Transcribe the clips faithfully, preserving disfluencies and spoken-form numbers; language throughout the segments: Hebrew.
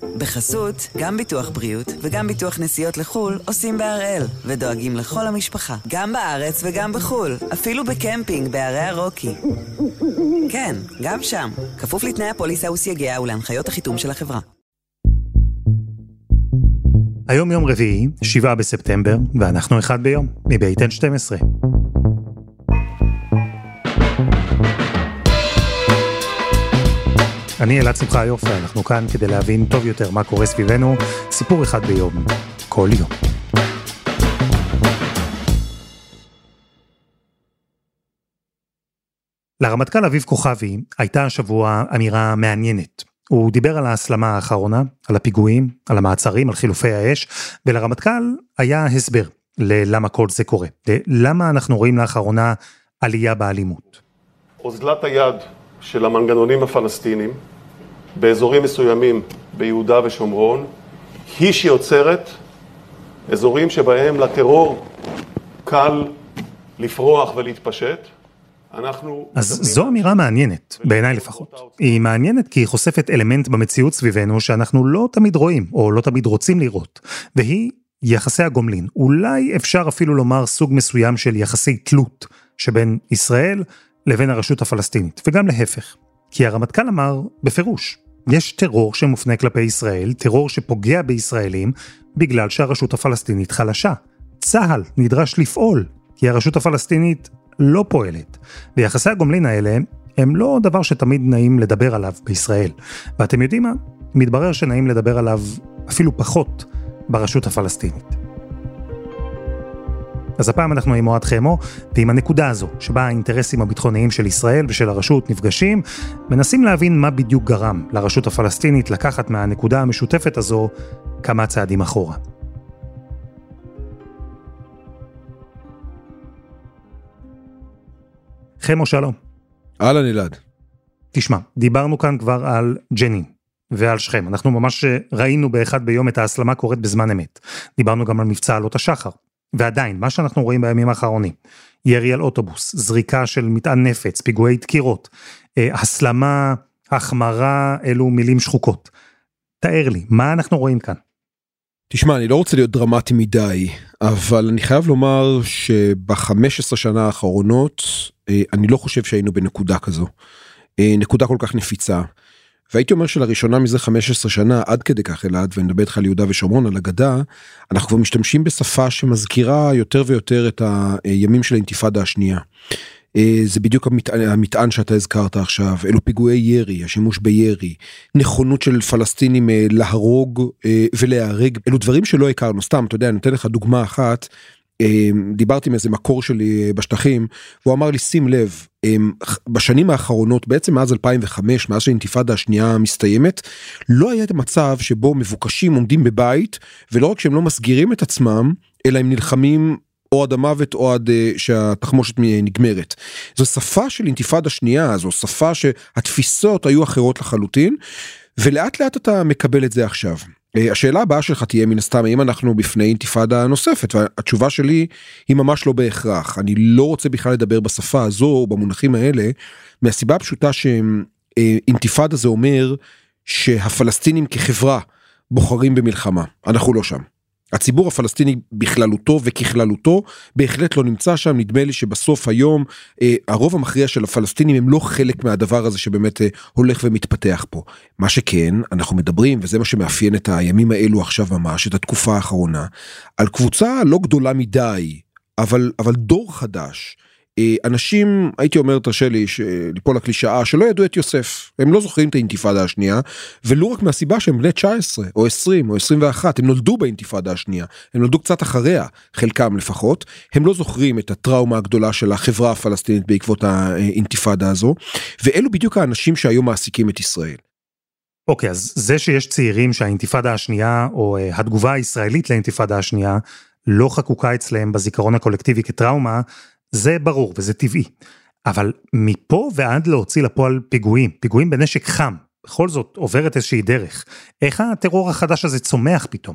בחסות, גם ביטוח בריאות וגם ביטוח נסיעות לחול עושים בהראל, ודואגים לכל המשפחה, גם בארץ וגם בחול, אפילו בקמפינג בערי הרוקי. כן, גם שם, כפוף לתנאי הפוליסה וסייגיה ולהנחיות החיתום של החברה. היום יום רביעי, שבעה בספטמבר, ואנחנו אחד ביום, מבית אן שתים עשרה. אני אלעד שמחה יופי, אנחנו כאן כדי להבין טוב יותר מה קורה סביבנו, סיפור אחד ביום, כל יום. לרמטכ"ל אביב כוכבי הייתה השבוע אמירה מעניינת. הוא דיבר על ההסלמה האחרונה, על הפיגועים, על המעצרים, על חילופי האש, ולרמטכ"ל היה הסבר ללמה כל זה קורה. למה אנחנו רואים לאחרונה עלייה באלימות. אוזלת היד של המנגנונים הפלסטינים באזורים מסוימים ביהודה ושומרון היא שיוצרת אזורים שבהם לטרור קל לפרוח ולהתפשט. אנחנו אז זו אמירה מעניינת, בעיניי לפחות. היא מעניינת כי היא חושפת אלמנט במציאות סביבנו שאנחנו לא תמיד רואים, או לא תמיד רוצים לראות, והיא יחסי הגומלין. אולי אפשר אפילו לומר סוג מסוים של יחסי תלות שבין ישראל לבין הרשות הפלסטינית, וגם להפך. כי הרמטכ"ל אמר בפירוש, יש טרור שמופנה כלפי ישראל, טרור שפוגע בישראלים, בגלל שהרשות הפלסטינית חלשה. צה"ל נדרש לפעול, כי הרשות הפלסטינית לא פועלת. ויחסי הגומלין האלה הם לא דבר שתמיד נעים לדבר עליו בישראל. ואתם יודעים מה? מתברר שנעים לדבר עליו אפילו פחות ברשות הפלסטינית. אז הפעם אנחנו עם מועד חמו, ועם הנקודה הזו, שבה האינטרסים הביטחוניים של ישראל ושל הרשות נפגשים, מנסים להבין מה בדיוק גרם לרשות הפלסטינית לקחת מהנקודה המשותפת הזו כמה צעדים אחורה. חמו, שלום. אהלן אלעד. תשמע, דיברנו כאן כבר על ג'נין ועל שכם. אנחנו ממש ראינו באחד ביום את ההסלמה קורית בזמן אמת. דיברנו גם על מבצע עלות השחר. ועדיין, מה שאנחנו רואים בימים האחרונים, ירי על אוטובוס, זריקה של מטען נפץ, פיגועי דקירות, הסלמה, החמרה, אלו מילים שחוקות. תאר לי, מה אנחנו רואים כאן? תשמע, אני לא רוצה להיות דרמטי מדי, אבל אני חייב לומר שבחמש עשרה שנה האחרונות, אני לא חושב שהיינו בנקודה כזו. נקודה כל כך נפיצה. והייתי אומר שלראשונה מזה חמש עשרה שנה, עד כדי כך אלעד, ואני מדבר איתך על יהודה ושומרון, על הגדה, אנחנו כבר משתמשים בשפה שמזכירה יותר ויותר את הימים של האינתיפאדה השנייה. זה בדיוק המטען, המטען שאתה הזכרת עכשיו, אלו פיגועי ירי, השימוש בירי, נכונות של פלסטינים להרוג ולהרג, אלו דברים שלא הכרנו, סתם, אתה יודע, אני אתן לך דוגמה אחת, דיברתי עם איזה מקור שלי בשטחים, והוא אמר לי, שים לב, בשנים האחרונות, בעצם מאז אלפיים וחמש, מאז שהאינתיפאדה השנייה מסתיימת, לא היה את המצב שבו מבוקשים עומדים בבית, ולא רק שהם לא מסגירים את עצמם, אלא הם נלחמים או עד המוות או עד שהתחמושת נגמרת. זו שפה של אינתיפאדה שנייה, זו שפה שהתפיסות היו אחרות לחלוטין, ולאט לאט אתה מקבל את זה עכשיו. השאלה הבאה שלך תהיה מן הסתם, האם אנחנו בפני אינתיפאדה נוספת, והתשובה שלי היא ממש לא בהכרח. אני לא רוצה בכלל לדבר בשפה הזו, או במונחים האלה, מהסיבה הפשוטה שאינתיפאדה זה אומר, שהפלסטינים כחברה בוחרים במלחמה. אנחנו לא שם. הציבור הפלסטיני בכללותו וככללותו בהחלט לא נמצא שם. נדמה לי שבסוף היום אה, הרוב המכריע של הפלסטינים הם לא חלק מהדבר הזה שבאמת אה, הולך ומתפתח פה. מה שכן, אנחנו מדברים, וזה מה שמאפיין את הימים האלו עכשיו ממש, את התקופה האחרונה, על קבוצה לא גדולה מדי, אבל, אבל דור חדש. אנשים, הייתי אומר, תרשה לי, ליפול לקלישאה, שלא ידעו את יוסף. הם לא זוכרים את האינתיפאדה השנייה, ולא רק מהסיבה שהם בני תשע עשרה, או עשרים, או עשרים ואחת, הם נולדו באינתיפאדה השנייה. הם נולדו קצת אחריה, חלקם לפחות. הם לא זוכרים את הטראומה הגדולה של החברה הפלסטינית בעקבות האינתיפאדה הזו, ואלו בדיוק האנשים שהיום מעסיקים את ישראל. אוקיי, אז זה שיש צעירים שהאינתיפאדה השנייה, או התגובה הישראלית לאינתיפאדה השנייה, לא חקוקה אצלהם בזיכרון הקולקטיבי כטראומה, זה ברור וזה טבעי. אבל מפה ועד להוציא לפועל פיגועים, פיגועים בנשק חם, בכל זאת עוברת איזושהי דרך. איך הטרור החדש הזה צומח פתאום?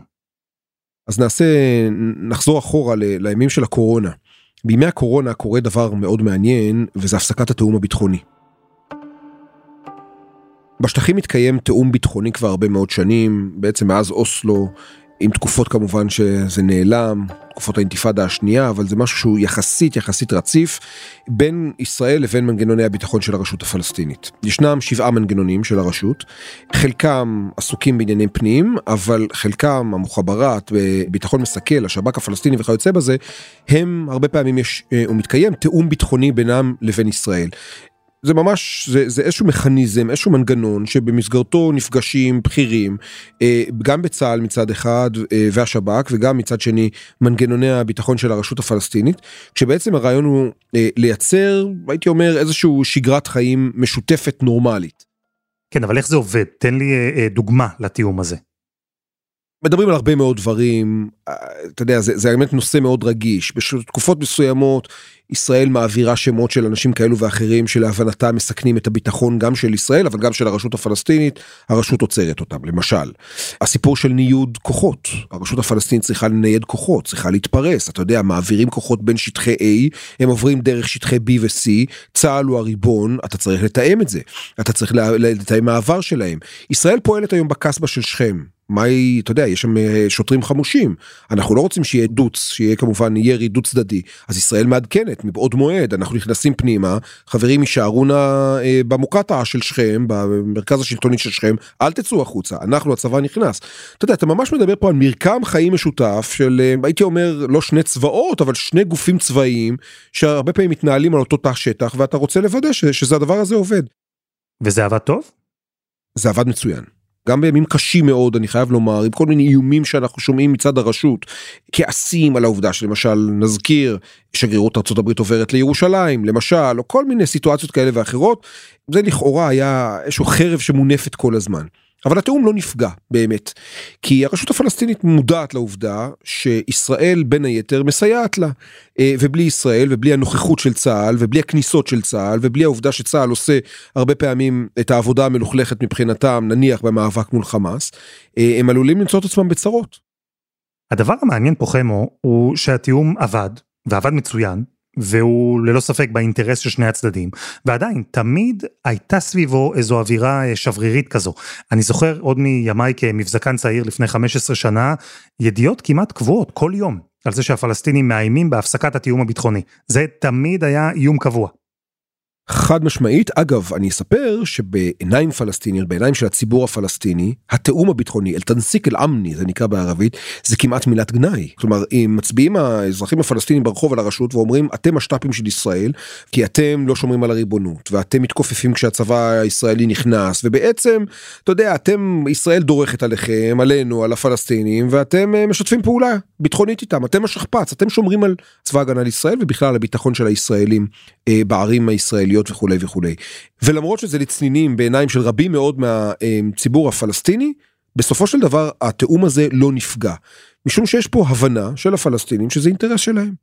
אז נעשה, נחזור אחורה ל, לימים של הקורונה. בימי הקורונה קורה דבר מאוד מעניין, וזה הפסקת התאום הביטחוני. בשטחים מתקיים תאום ביטחוני כבר הרבה מאוד שנים, בעצם מאז אוסלו, עם תקופות כמובן שזה נעלם, תקופות האינתיפאדה השנייה, אבל זה משהו שהוא יחסית, יחסית רציף, בין ישראל לבין מנגנוני הביטחון של הרשות הפלסטינית. ישנם שבעה מנגנונים של הרשות, חלקם עסוקים בענייני פנים, אבל חלקם המוחברת בביטחון מסכל, השב"כ הפלסטיני וכיוצא בזה, הם הרבה פעמים יש, הוא מתקיים תאום ביטחוני בינם לבין ישראל. זה ממש, זה, זה איזשהו מכניזם, איזשהו מנגנון שבמסגרתו נפגשים בכירים, גם בצה"ל מצד אחד והשב"כ, וגם מצד שני מנגנוני הביטחון של הרשות הפלסטינית, כשבעצם הרעיון הוא לייצר, הייתי אומר, איזשהו שגרת חיים משותפת נורמלית. כן, אבל איך זה עובד? תן לי דוגמה לתיאום הזה. מדברים על הרבה מאוד דברים, אתה יודע, זה, זה באמת נושא מאוד רגיש, בתקופות מסוימות, ישראל מעבירה שמות של אנשים כאלו ואחרים, שלהבנתה מסכנים את הביטחון גם של ישראל, אבל גם של הרשות הפלסטינית, הרשות עוצרת אותם, למשל. הסיפור של ניוד כוחות, הרשות הפלסטינית צריכה לנייד כוחות, צריכה להתפרס, אתה יודע, מעבירים כוחות בין שטחי A, הם עוברים דרך שטחי B ו-C, צה"ל הוא הריבון, אתה צריך לתאם את זה, אתה צריך לתאם מעבר שלהם. ישראל פועלת היום בקסבה של שכם, מה היא, אתה יודע, יש שם שוטרים חמושים, אנחנו לא רוצים שיהיה דוץ, שיהיה כמובן ירי דוץ צדדי, אז ישראל מעדכנת, מבעוד מועד, אנחנו נכנסים פנימה, חברים יישארו נא במוקטעה של שכם, במרכז השלטוני של שכם, אל תצאו החוצה, אנחנו הצבא נכנס. אתה יודע, אתה ממש מדבר פה על מרקם חיים משותף, של, הייתי אומר, לא שני צבאות, אבל שני גופים צבאיים, שהרבה פעמים מתנהלים על אותו תא שטח, ואתה רוצה לוודא ש, שזה הדבר הזה עובד. וזה עבד טוב? זה עבד מצוין. גם בימים קשים מאוד, אני חייב לומר, עם כל מיני איומים שאנחנו שומעים מצד הרשות, כעסים על העובדה שלמשל נזכיר, שגרירות ארצות הברית עוברת לירושלים, למשל, או כל מיני סיטואציות כאלה ואחרות, זה לכאורה היה איזשהו חרב שמונפת כל הזמן. אבל התאום לא נפגע באמת, כי הרשות הפלסטינית מודעת לעובדה שישראל בין היתר מסייעת לה, ובלי ישראל ובלי הנוכחות של צה"ל ובלי הכניסות של צה"ל ובלי העובדה שצה"ל עושה הרבה פעמים את העבודה המלוכלכת מבחינתם, נניח במאבק מול חמאס, הם עלולים למצוא את עצמם בצרות. הדבר המעניין פה חמו הוא שהתיאום עבד, ועבד מצוין, והוא ללא ספק באינטרס של שני הצדדים, ועדיין תמיד הייתה סביבו איזו אווירה שברירית כזו. אני זוכר עוד מימי כמבזקן צעיר לפני חמש עשרה שנה, ידיעות כמעט קבועות כל יום, על זה שהפלסטינים מאיימים בהפסקת התיאום הביטחוני. זה תמיד היה איום קבוע. חד משמעית, אגב, אני אספר שבעיניים פלסטיניות, בעיניים של הציבור הפלסטיני, התאום הביטחוני, אל-תנסיק אל-אמני, זה נקרא בערבית, זה כמעט מילת גנאי. כלומר, אם מצביעים האזרחים הפלסטינים ברחוב על הרשות ואומרים, אתם השטאפים של ישראל, כי אתם לא שומרים על הריבונות, ואתם מתכופפים כשהצבא הישראלי נכנס, ובעצם, אתה יודע, אתם, ישראל דורכת עליכם, עלינו, על הפלסטינים, ואתם משתפים פעולה ביטחונית איתם, אתם השכפ"ץ, אתם שומרים על צבא הגנה לישראל, ובכלל על הביטחון של הישראלים בערים הישראליות וכו' וכו'. ולמרות שזה לצנינים בעיניים של רבים מאוד מהציבור הפלסטיני, בסופו של דבר התאום הזה לא נפגע, משום שיש פה הבנה של הפלסטינים שזה אינטרס שלהם.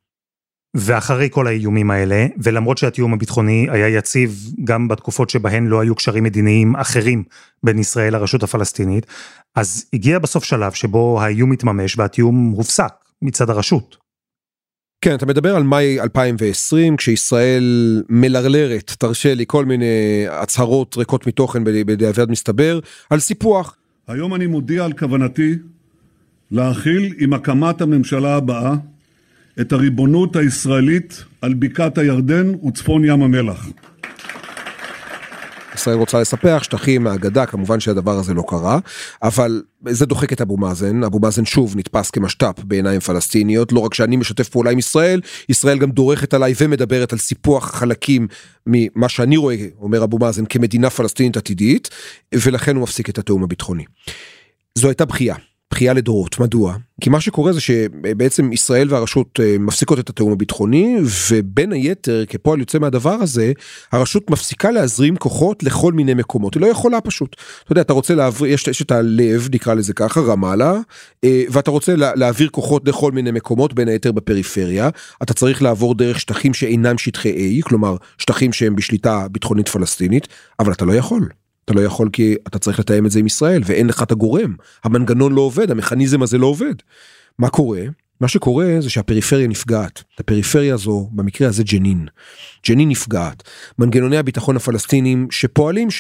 ואחרי כל האיומים האלה, ולמרות שהתיאום הביטחוני היה יציב גם בתקופות שבהן לא היו קשרים מדיניים אחרים בין ישראל לרשות הפלסטינית, אז הגיע בסוף שלב שבו האיום מתממש והתיאום הופסק מצד הרשות. כן, אתה מדבר על מאי אלפיים ועשרים, כשישראל מלרלרת, תרשה לי, כל מיני הצהרות ריקות מתוכן בדיעבד מסתבר, על סיפוח. היום אני מודיע על כוונתי להכיל עם הקמת הממשלה הבאה את הריבונות הישראלית על בקעת הירדן וצפון ים המלח. ישראל רוצה לספח שטחים מהגדה, כמובן שהדבר הזה לא קרה, אבל זה דוחק את אבו מאזן, אבו מאזן שוב נתפס כמשת"פ בעיניים פלסטיניות, לא רק שאני משתף פעולה עם ישראל, ישראל גם דורכת עליי ומדברת על סיפוח חלקים ממה שאני רואה, אומר אבו מאזן, כמדינה פלסטינית עתידית, ולכן הוא מפסיק את התאום הביטחוני. זו הייתה בחייה. בחייה לדורות. מדוע? כי מה שקורה זה שבעצם ישראל והרשות מפסיקות את התאום הביטחוני, ובין היתר, כפועל יוצא מהדבר הזה, הרשות מפסיקה להזרים כוחות לכל מיני מקומות. היא לא יכולה פשוט. אתה יודע, אתה רוצה להעביר, יש, יש את הלב, נקרא לזה ככה, רמאללה, ואתה רוצה לה, להעביר כוחות לכל מיני מקומות, בין היתר בפריפריה. אתה צריך לעבור דרך שטחים שאינם שטחי A, כלומר, שטחים שהם בשליטה ביטחונית פלסטינית, אבל אתה לא יכול. אתה לא יכול כי אתה צריך לתאם את זה עם ישראל, ואין לך את הגורם. המנגנון לא עובד, המכניזם הזה לא עובד. מה קורה? מה שקורה זה שהפריפריה נפגעת. הפריפריה הזו, במקרה הזה ג'נין. ג'נין נפגעת. מנגנוני הביטחון הפלסטינים שפועלים שם,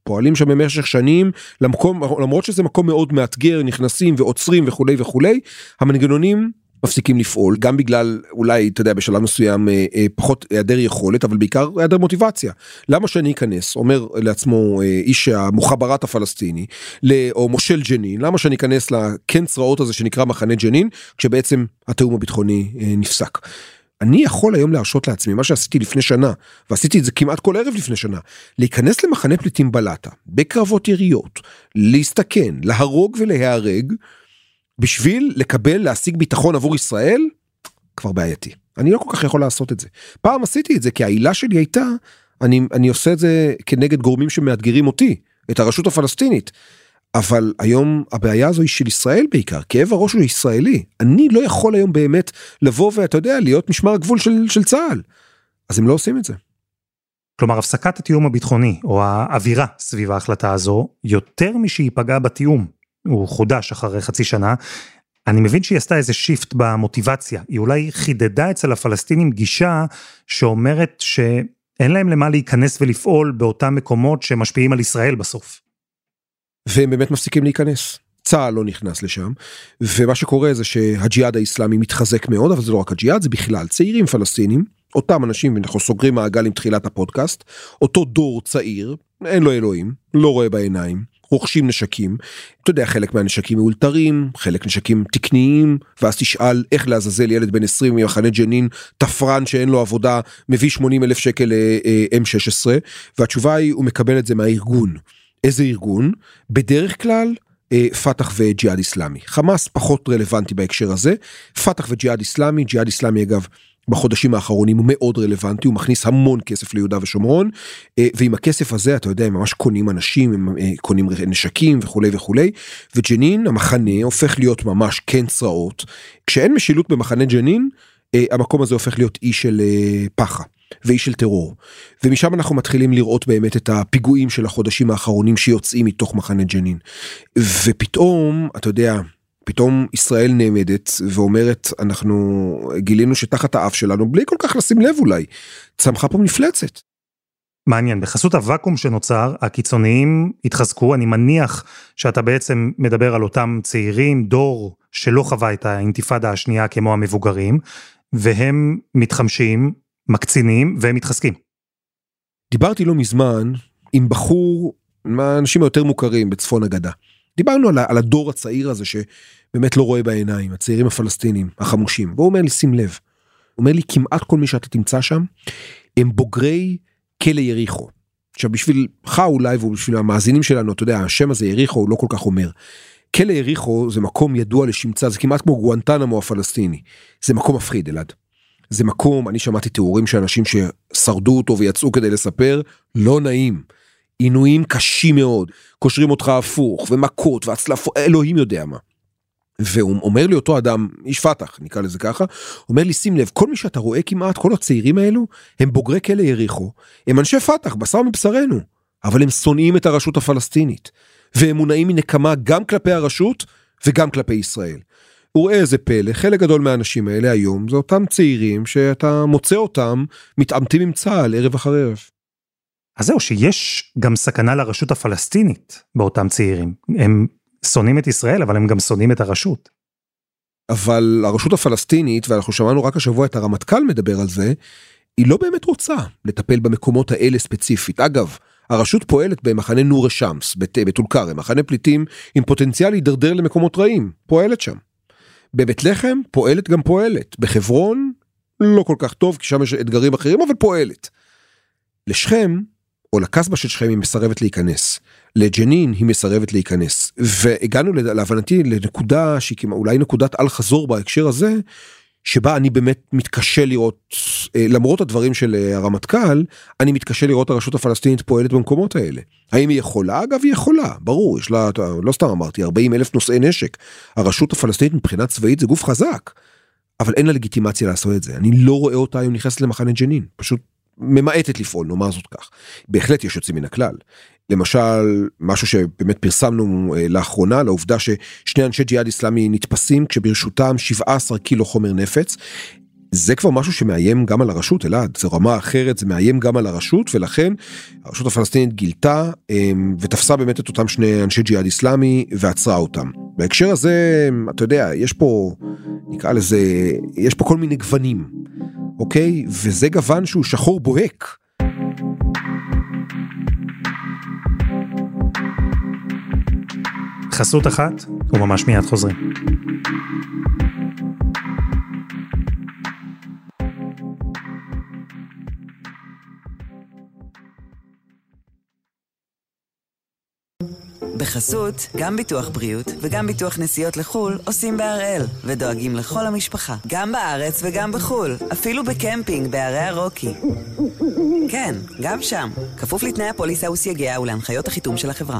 פועלים שם במשך שנים, למקום, למרות שזה מקום מאוד מאתגר, נכנסים ועוצרים וכולי וכולי, המנגנונים מפסיקים לפעול, גם בגלל, אולי, אתה יודע, בשלב מסוים, אה, אה, פחות היעדר יכולת, אבל בעיקר היעדר מוטיבציה. למה שאני אכנס, אומר לעצמו אה, איש המוחברת הפלסטיני, או מושל ג'נין, למה שאני אכנס לכן צרעות הזה שנקרא מחנה ג'נין, כשבעצם התאום הביטחוני אה, נפסק. אני יכול היום להרשות לעצמי, מה שעשיתי לפני שנה, ועשיתי את זה כמעט כל ערב לפני שנה, להיכנס למחנה פליטים בלטה, בקרבות יריות, להסתכן, להרוג ולהיהרג, בשביל לקבל, להשיג ביטחון עבור ישראל, כבר בעייתי. אני לא כל כך יכול לעשות את זה. פעם עשיתי את זה, כי העילה שלי הייתה, אני, אני עושה את זה כנגד גורמים שמאתגרים אותי, את הרשות הפלסטינית. אבל היום הבעיה הזו היא של ישראל בעיקר, כאב הראש הוא ישראלי. אני לא יכול היום באמת לבוא ואתה יודע, להיות משמר הגבול של, של צה"ל. אז הם לא עושים את זה. כלומר, הפסקת התיאום הביטחוני, או האווירה סביב ההחלטה הזו, יותר משהיא פגעה בתיאום. הוא חודש אחרי חצי שנה, אני מבין שהיא עשתה איזה שיפט במוטיבציה, היא אולי חידדה אצל הפלסטינים גישה שאומרת שאין להם למה להיכנס ולפעול באותם מקומות שמשפיעים על ישראל בסוף. והם באמת מפסיקים להיכנס. צה"ל לא נכנס לשם, ומה שקורה זה שהג'יהאד האסלאמי מתחזק מאוד, אבל זה לא רק הג'יהאד, זה בכלל צעירים פלסטינים, אותם אנשים, ואנחנו סוגרים מעגל עם תחילת הפודקאסט, אותו דור צעיר, אין לו אלוהים, לא רואה בעיניים, רוכשים נשקים, אתה יודע, חלק מהנשקים מאולתרים, חלק נשקים תקניים, ואז תשאל איך לעזאזל ילד בן עשרים ממחנה ג'נין, תפרן שאין לו עבודה, מביא שמונים אלף שקל ל-אם שש עשרה, והתשובה היא, הוא מקבל את זה מהארגון. איזה ארגון? בדרך כלל, פתח וג'יהאד איסלאמי. חמאס פחות רלוונטי בהקשר הזה, פתח וג'יהאד איסלאמי, ג'יהאד איסלאמי אגב, בחודשים האחרונים הוא מאוד רלוונטי, הוא מכניס המון כסף ליהודה ושומרון, ועם הכסף הזה, אתה יודע, הם ממש קונים אנשים, הם קונים נשקים וכו' וכו', וג'נין, המחנה, הופך להיות ממש כן צרעות, כשאין משילות במחנה ג'נין, המקום הזה הופך להיות אי של פחה, ואי של טרור, ומשם אנחנו מתחילים לראות באמת את הפיגועים של החודשים האחרונים, שיוצאים מתוך מחנה ג'נין, ופתאום, אתה יודע, פתאום ישראל נעמדת ואומרת, אנחנו גילינו שתחת האף שלנו, בלי כל כך לשים לב אולי, צמחה פה מפלצת. מעניין, בחסות הוואקום שנוצר, הקיצוניים התחזקו, אני מניח שאתה בעצם מדבר על אותם צעירים, דור שלא חווה את האינתיפאדה השנייה כמו המבוגרים, והם מתחמשים, מקצינים והם מתחזקים. דיברתי לא מזמן עם בחור, מהאנשים היותר מוכרים בצפון הגדה. דיברנו על, על הדור הצעיר הזה שבאמת לא רואה בעיניים, הצעירים הפלסטינים, החמושים, והוא אומר לי, שים לב, הוא אומר לי, כמעט כל מי שאתה תמצא שם, הם בוגרי כלא יריחו. עכשיו, בשבילך אולי, ובשביל המאזינים שלנו, אתה יודע, השם הזה יריחו, הוא לא כל כך אומר. כלא יריחו זה מקום ידוע לשמצה, זה כמעט כמו גואנטנמו הפלסטיני. זה מקום מפחיד, אלעד. זה מקום, אני שמעתי תיאורים של אנשים ששרדו אותו ויצאו כדי לספר, לא נעים. עינויים קשים מאוד, קושרים אותך הפוך, ומכות, והצלפות, אלוהים יודע מה. והוא אומר לי אותו אדם, איש פתח, נקרא לזה ככה, אומר לי, שים לב, כל מי שאתה רואה כמעט, כל הצעירים האלו, הם בוגרי כלא יריחו, הם אנשי פתח, בשר מבשרנו, אבל הם שונאים את הרשות הפלסטינית, והם מונעים מנקמה גם כלפי הרשות, וגם כלפי ישראל. וראה איזה פלא, חלק גדול מהאנשים האלה היום, זה אותם צעירים, שאתה מוצא אותם, מתעמתים עם צה"ל, ערב אחר ערב. אז זהו, שיש גם סכנה לרשות הפלסטינית באותם צעירים. הם שונאים את ישראל, אבל הם גם שונאים את הרשות. אבל הרשות הפלסטינית, ואנחנו שמענו רק השבוע את הרמטכ"ל מדבר על זה, היא לא באמת רוצה לטפל במקומות האלה ספציפית. אגב, הרשות פועלת במחנה נור א-שמס, בטול כרם, מחנה פליטים עם פוטנציאל להידרדר למקומות רעים, פועלת שם. בבית לחם פועלת גם פועלת, בחברון לא כל כך טוב, כי שם יש אתגרים אחרים, אבל פועלת. לשכם, או לקסבה של שכם, היא מסרבת להיכנס. לג'נין היא מסרבת להיכנס. והגענו להבנתי לנקודה, שהיא אולי נקודת אל חזור בהקשר הזה, שבה אני באמת מתקשה לראות, למרות הדברים של הרמטכ"ל, אני מתקשה לראות הרשות הפלסטינית פועלת במקומות האלה. האם היא יכולה? אגב, היא יכולה, ברור, יש לה, לא סתם אמרתי, ארבעים אלף נושאי נשק. הרשות הפלסטינית מבחינה צבאית זה גוף חזק, אבל אין לה לגיטימציה לעשות את זה. אני לא רואה אותה היום נכנסת למחנה ג'נין, פשוט ממעטת לפעול, נאמר זאת כך. בהחלט יש יוצאים מן הכלל. למשל, משהו שבאמת פרסמנו אה, לאחרונה, לעובדה ששני אנשי ג'יהאד איסלאמי נתפסים, כשברשותם שבעה עשר קילו חומר נפץ. זה כבר משהו שמאיים גם על הרשות, אלעד, זה רמה אחרת, זה מאיים גם על הרשות, ולכן הרשות הפלסטינית גילתה ותפסה באמת את אותם שני אנשי ג'יהאד איסלאמי ועצרה אותם. בהקשר הזה, אתה יודע, יש פה, נקרא לזה, יש פה כל מיני גוונים, אוקיי? וזה גוון שהוא שחור בוהק. חסות אחת, וממש מיד חוזרים. בחסות, גם ביטוח בריאות וגם ביטוח נסיעות לחול עושים בהראל ודואגים לכל המשפחה, גם בארץ וגם בחול, אפילו בקמפינג בערי הרוקי. כן, גם שם, כפוף לתנאי הפוליסה וסייגיה ולהנחיות החיתום של החברה.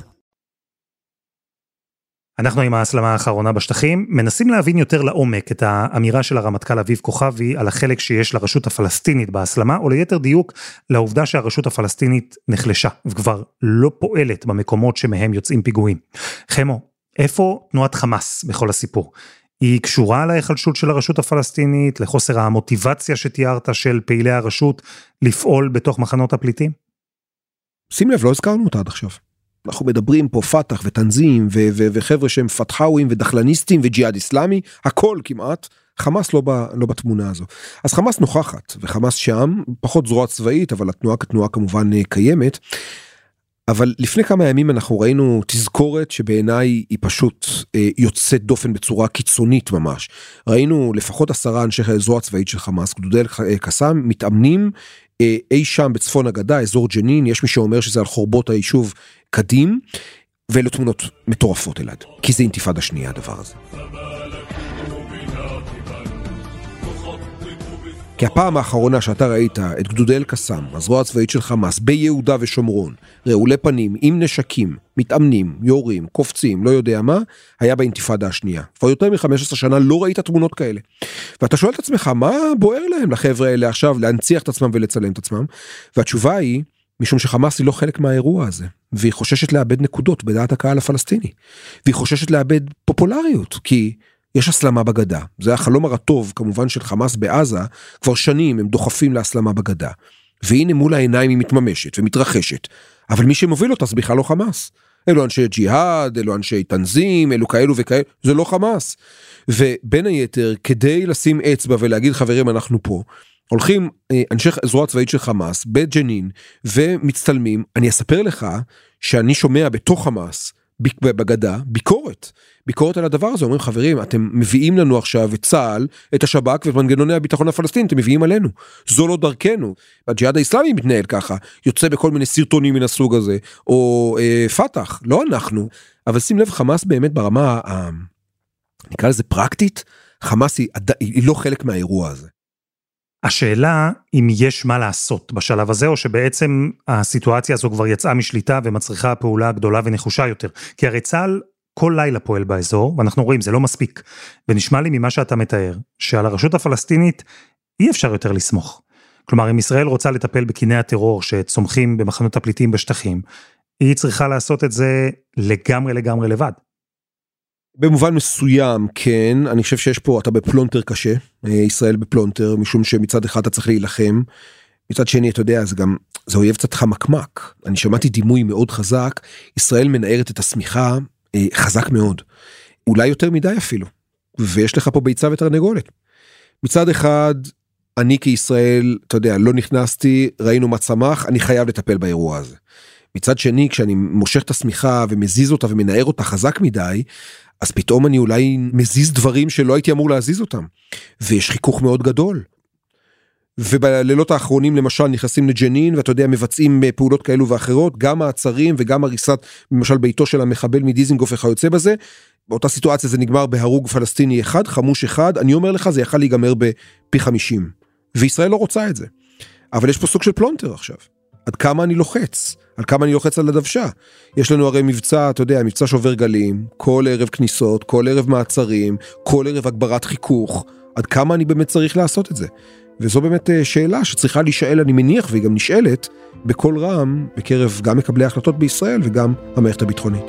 אנחנו עם ההסלמה האחרונה בשטחים, מנסים להבין יותר לעומק את האמירה של הרמטכ"ל אביב כוכבי על החלק שיש לרשות הפלסטינית בהסלמה, או ליתר דיוק לעובדה שהרשות הפלסטינית נחלשה, וכבר לא פועלת במקומות שמהם יוצאים פיגועים. חמו, איפה תנועת חמאס בכל הסיפור? היא קשורה להיחלשות של הרשות הפלסטינית, לחוסר המוטיבציה שתיארת של פעילי הרשות לפעול בתוך מחנות הפליטים? שים לב, לא הזכרנו אותה עד עכשיו. אנחנו מדברים פה פתח ותנזים ו- ו- וחבר'ה שהם פתחאווים ודחלניסטים וג'יהאד איסלאמי, הכל כמעט, חמאס לא, ב- לא בתמונה הזו. אז חמאס נוכחת, וחמאס שם, פחות זרוע צבאית, אבל התנועה כתנועה כמובן קיימת. אבל לפני כמה ימים אנחנו ראינו תזכורת שבעיניי היא פשוט אה, יוצאת דופן בצורה קיצונית ממש. ראינו לפחות עשרה אנשי זרוע צבאית של חמאס, גדודי אל-קסאם, מתאמנים אה, אי שם בצפון הגדה, אזור ג'נין, יש מי שאומר שזה על חורבות היישוב קדים, ואלו תמונות מטורפות אלעד, כי זה אינתיפאדה שנייה הדבר הזה. כי הפעם האחרונה שאתה ראית את גדודי אל-קסאם, הזרוע הצבאית של חמאס, ביהודה ושומרון, רעולי פנים, עם נשקים, מתאמנים, יורים, קופצים, לא יודע מה, היה באינתיפאדה השנייה. כבר יותר מ-חמש עשרה שנה לא ראית תמונות כאלה. ואתה שואל את עצמך, מה בוער להם לחבר'ה האלה עכשיו, להנציח את עצמם ולצלם את עצמם? והתשובה היא, משום שחמאס היא לא חלק מהאירוע הזה, והיא חוששת לאבד נקודות בדעת הקהל הפלסטיני, והיא חוששת לאבד פופולריות, כי יש הסלמה בגדה. זה החלום הרטוב, כמובן, של חמאס בעזה, כבר שנים הם דוחפים להסלמה בגדה. והנה מול העיניים היא מתממשת ומתרחשת. אבל מי שמוביל אותה זה בכלל לא חמאס. אלו אנשי ג'יהאד, אלו אנשי תנזים, אלו כאלו וכאלו, זה לא חמאס. ובין היתר, כדי לשים אצבע ולהגיד חברים אנחנו פה, הולכים אנשי זרוע צבאית של חמאס בג'נין ומצטלמים. אני אספר לך שאני שומע בתוך חמאס, בגדה, ביקורת. ביקורת על הדבר הזה, אומרים חברים, אתם מביאים לנו עכשיו את צה"ל, את השב"כ ואת מנגנוני הביטחון הפלסטיני, אתם מביאים עלינו. זו לא דרכנו. הג'יהאד האסלאמי מתנהל ככה, יוצא בכל מיני סרטונים מן הסוג הזה, או אה, פתח, לא אנחנו. אבל שים לב, חמאס באמת ברמה, אה, נקרא לזה פרקטית, חמאס היא, היא לא חלק מהאירוע הזה. השאלה אם יש מה לעשות בשלב הזה, או שבעצם הסיטואציה הזו כבר יצאה משליטה ומצריכה פעולה גדולה ונחושה יותר. כי הרי צה"ל כל לילה פועל באזור, ואנחנו רואים, זה לא מספיק. ונשמע לי ממה שאתה מתאר, שעל הרשות הפלסטינית אי אפשר יותר לסמוך. כלומר, אם ישראל רוצה לטפל בקיני הטרור שצומחים במחנות הפליטים בשטחים, היא צריכה לעשות את זה לגמרי לגמרי לבד. במובן מסוים, כן, אני חושב שיש פה, אתה בפלונטר קשה, ישראל בפלונטר, משום שמצד אחד אתה צריך להילחם, מצד שני, אתה יודע, זה גם, זה אויב קצת חמקמק. אני שמעתי דימוי מאוד חזק, ישראל מנערת את הסמיכה אה, חזק מאוד, אולי יותר מדי אפילו, ויש לך פה ביצה ותרנגולת. מצד אחד, אני כישראל, אתה יודע, לא נכנסתי, ראינו מה צמח, אני חייב לטפל באירוע הזה. מצד שני, כשאני מושך את הסמיכה ומזיז אותה ומנער אותה חזק מדי, אז פתאום אני אולי מזיז דברים שלא הייתי אמור להזיז אותם. ויש חיכוך מאוד גדול. ובלילות האחרונים למשל נכנסים לג'נין, ואתה יודע, מבצעים פעולות כאלו ואחרות, גם מעצרים וגם הריסת, למשל ביתו של המחבל מדיזינגוף וכיוצא בזה. באותה סיטואציה זה נגמר בהרוג פלסטיני אחד, חמוש אחד, אני אומר לך, זה יכל להיגמר בפי חמישים. וישראל לא רוצה את זה. אבל יש פה סוג של פלונטר עכשיו. עד כמה אני לוחץ, על כמה אני לוחץ על הדוושה. יש לנו הרי מבצע, אתה יודע, מבצע שובר גלים, כל ערב כניסות, כל ערב מעצרים, כל ערב הגברת חיכוך, עד כמה אני באמת צריך לעשות את זה. וזו באמת שאלה שצריכה להישאל, אני מניח, והיא גם נשאלת, בכל רם, בקרב גם מקבלי ההחלטות בישראל, וגם המערכת הביטחונית.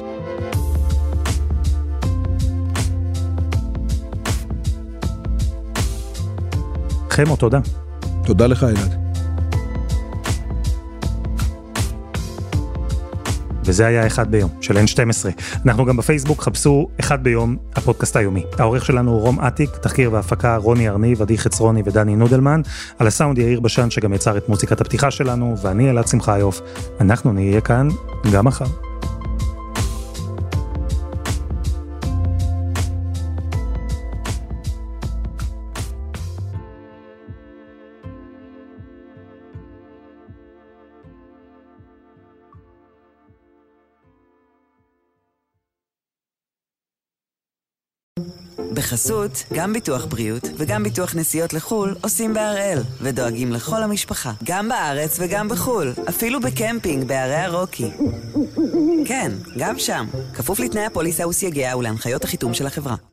חמו, תודה. תודה לך, אלעד. וזה היה אחד ביום, של אן שתים עשרה. אנחנו גם בפייסבוק, חפשו אחד ביום, הפודקאסט היומי. העורך שלנו הוא רום עתיק, תחקיר והפקה רוני ארניב, עדי חצרוני ודני נודלמן, על הסאונד יאיר בשן שגם יצר את מוזיקת הפתיחה שלנו, ואני אלעד שמחיוף. אנחנו נהיה כאן גם מחר. בחסות, גם ביטוח בריאות וגם ביטוח נסיעות לחול עושים בהראל ודואגים לכל המשפחה, גם בארץ וגם בחול, אפילו בקמפינג בערי הרוקי. כן, גם שם, כפוף לתנאי הפוליסה וסייגיה ולהנחיות החיתום של החברה.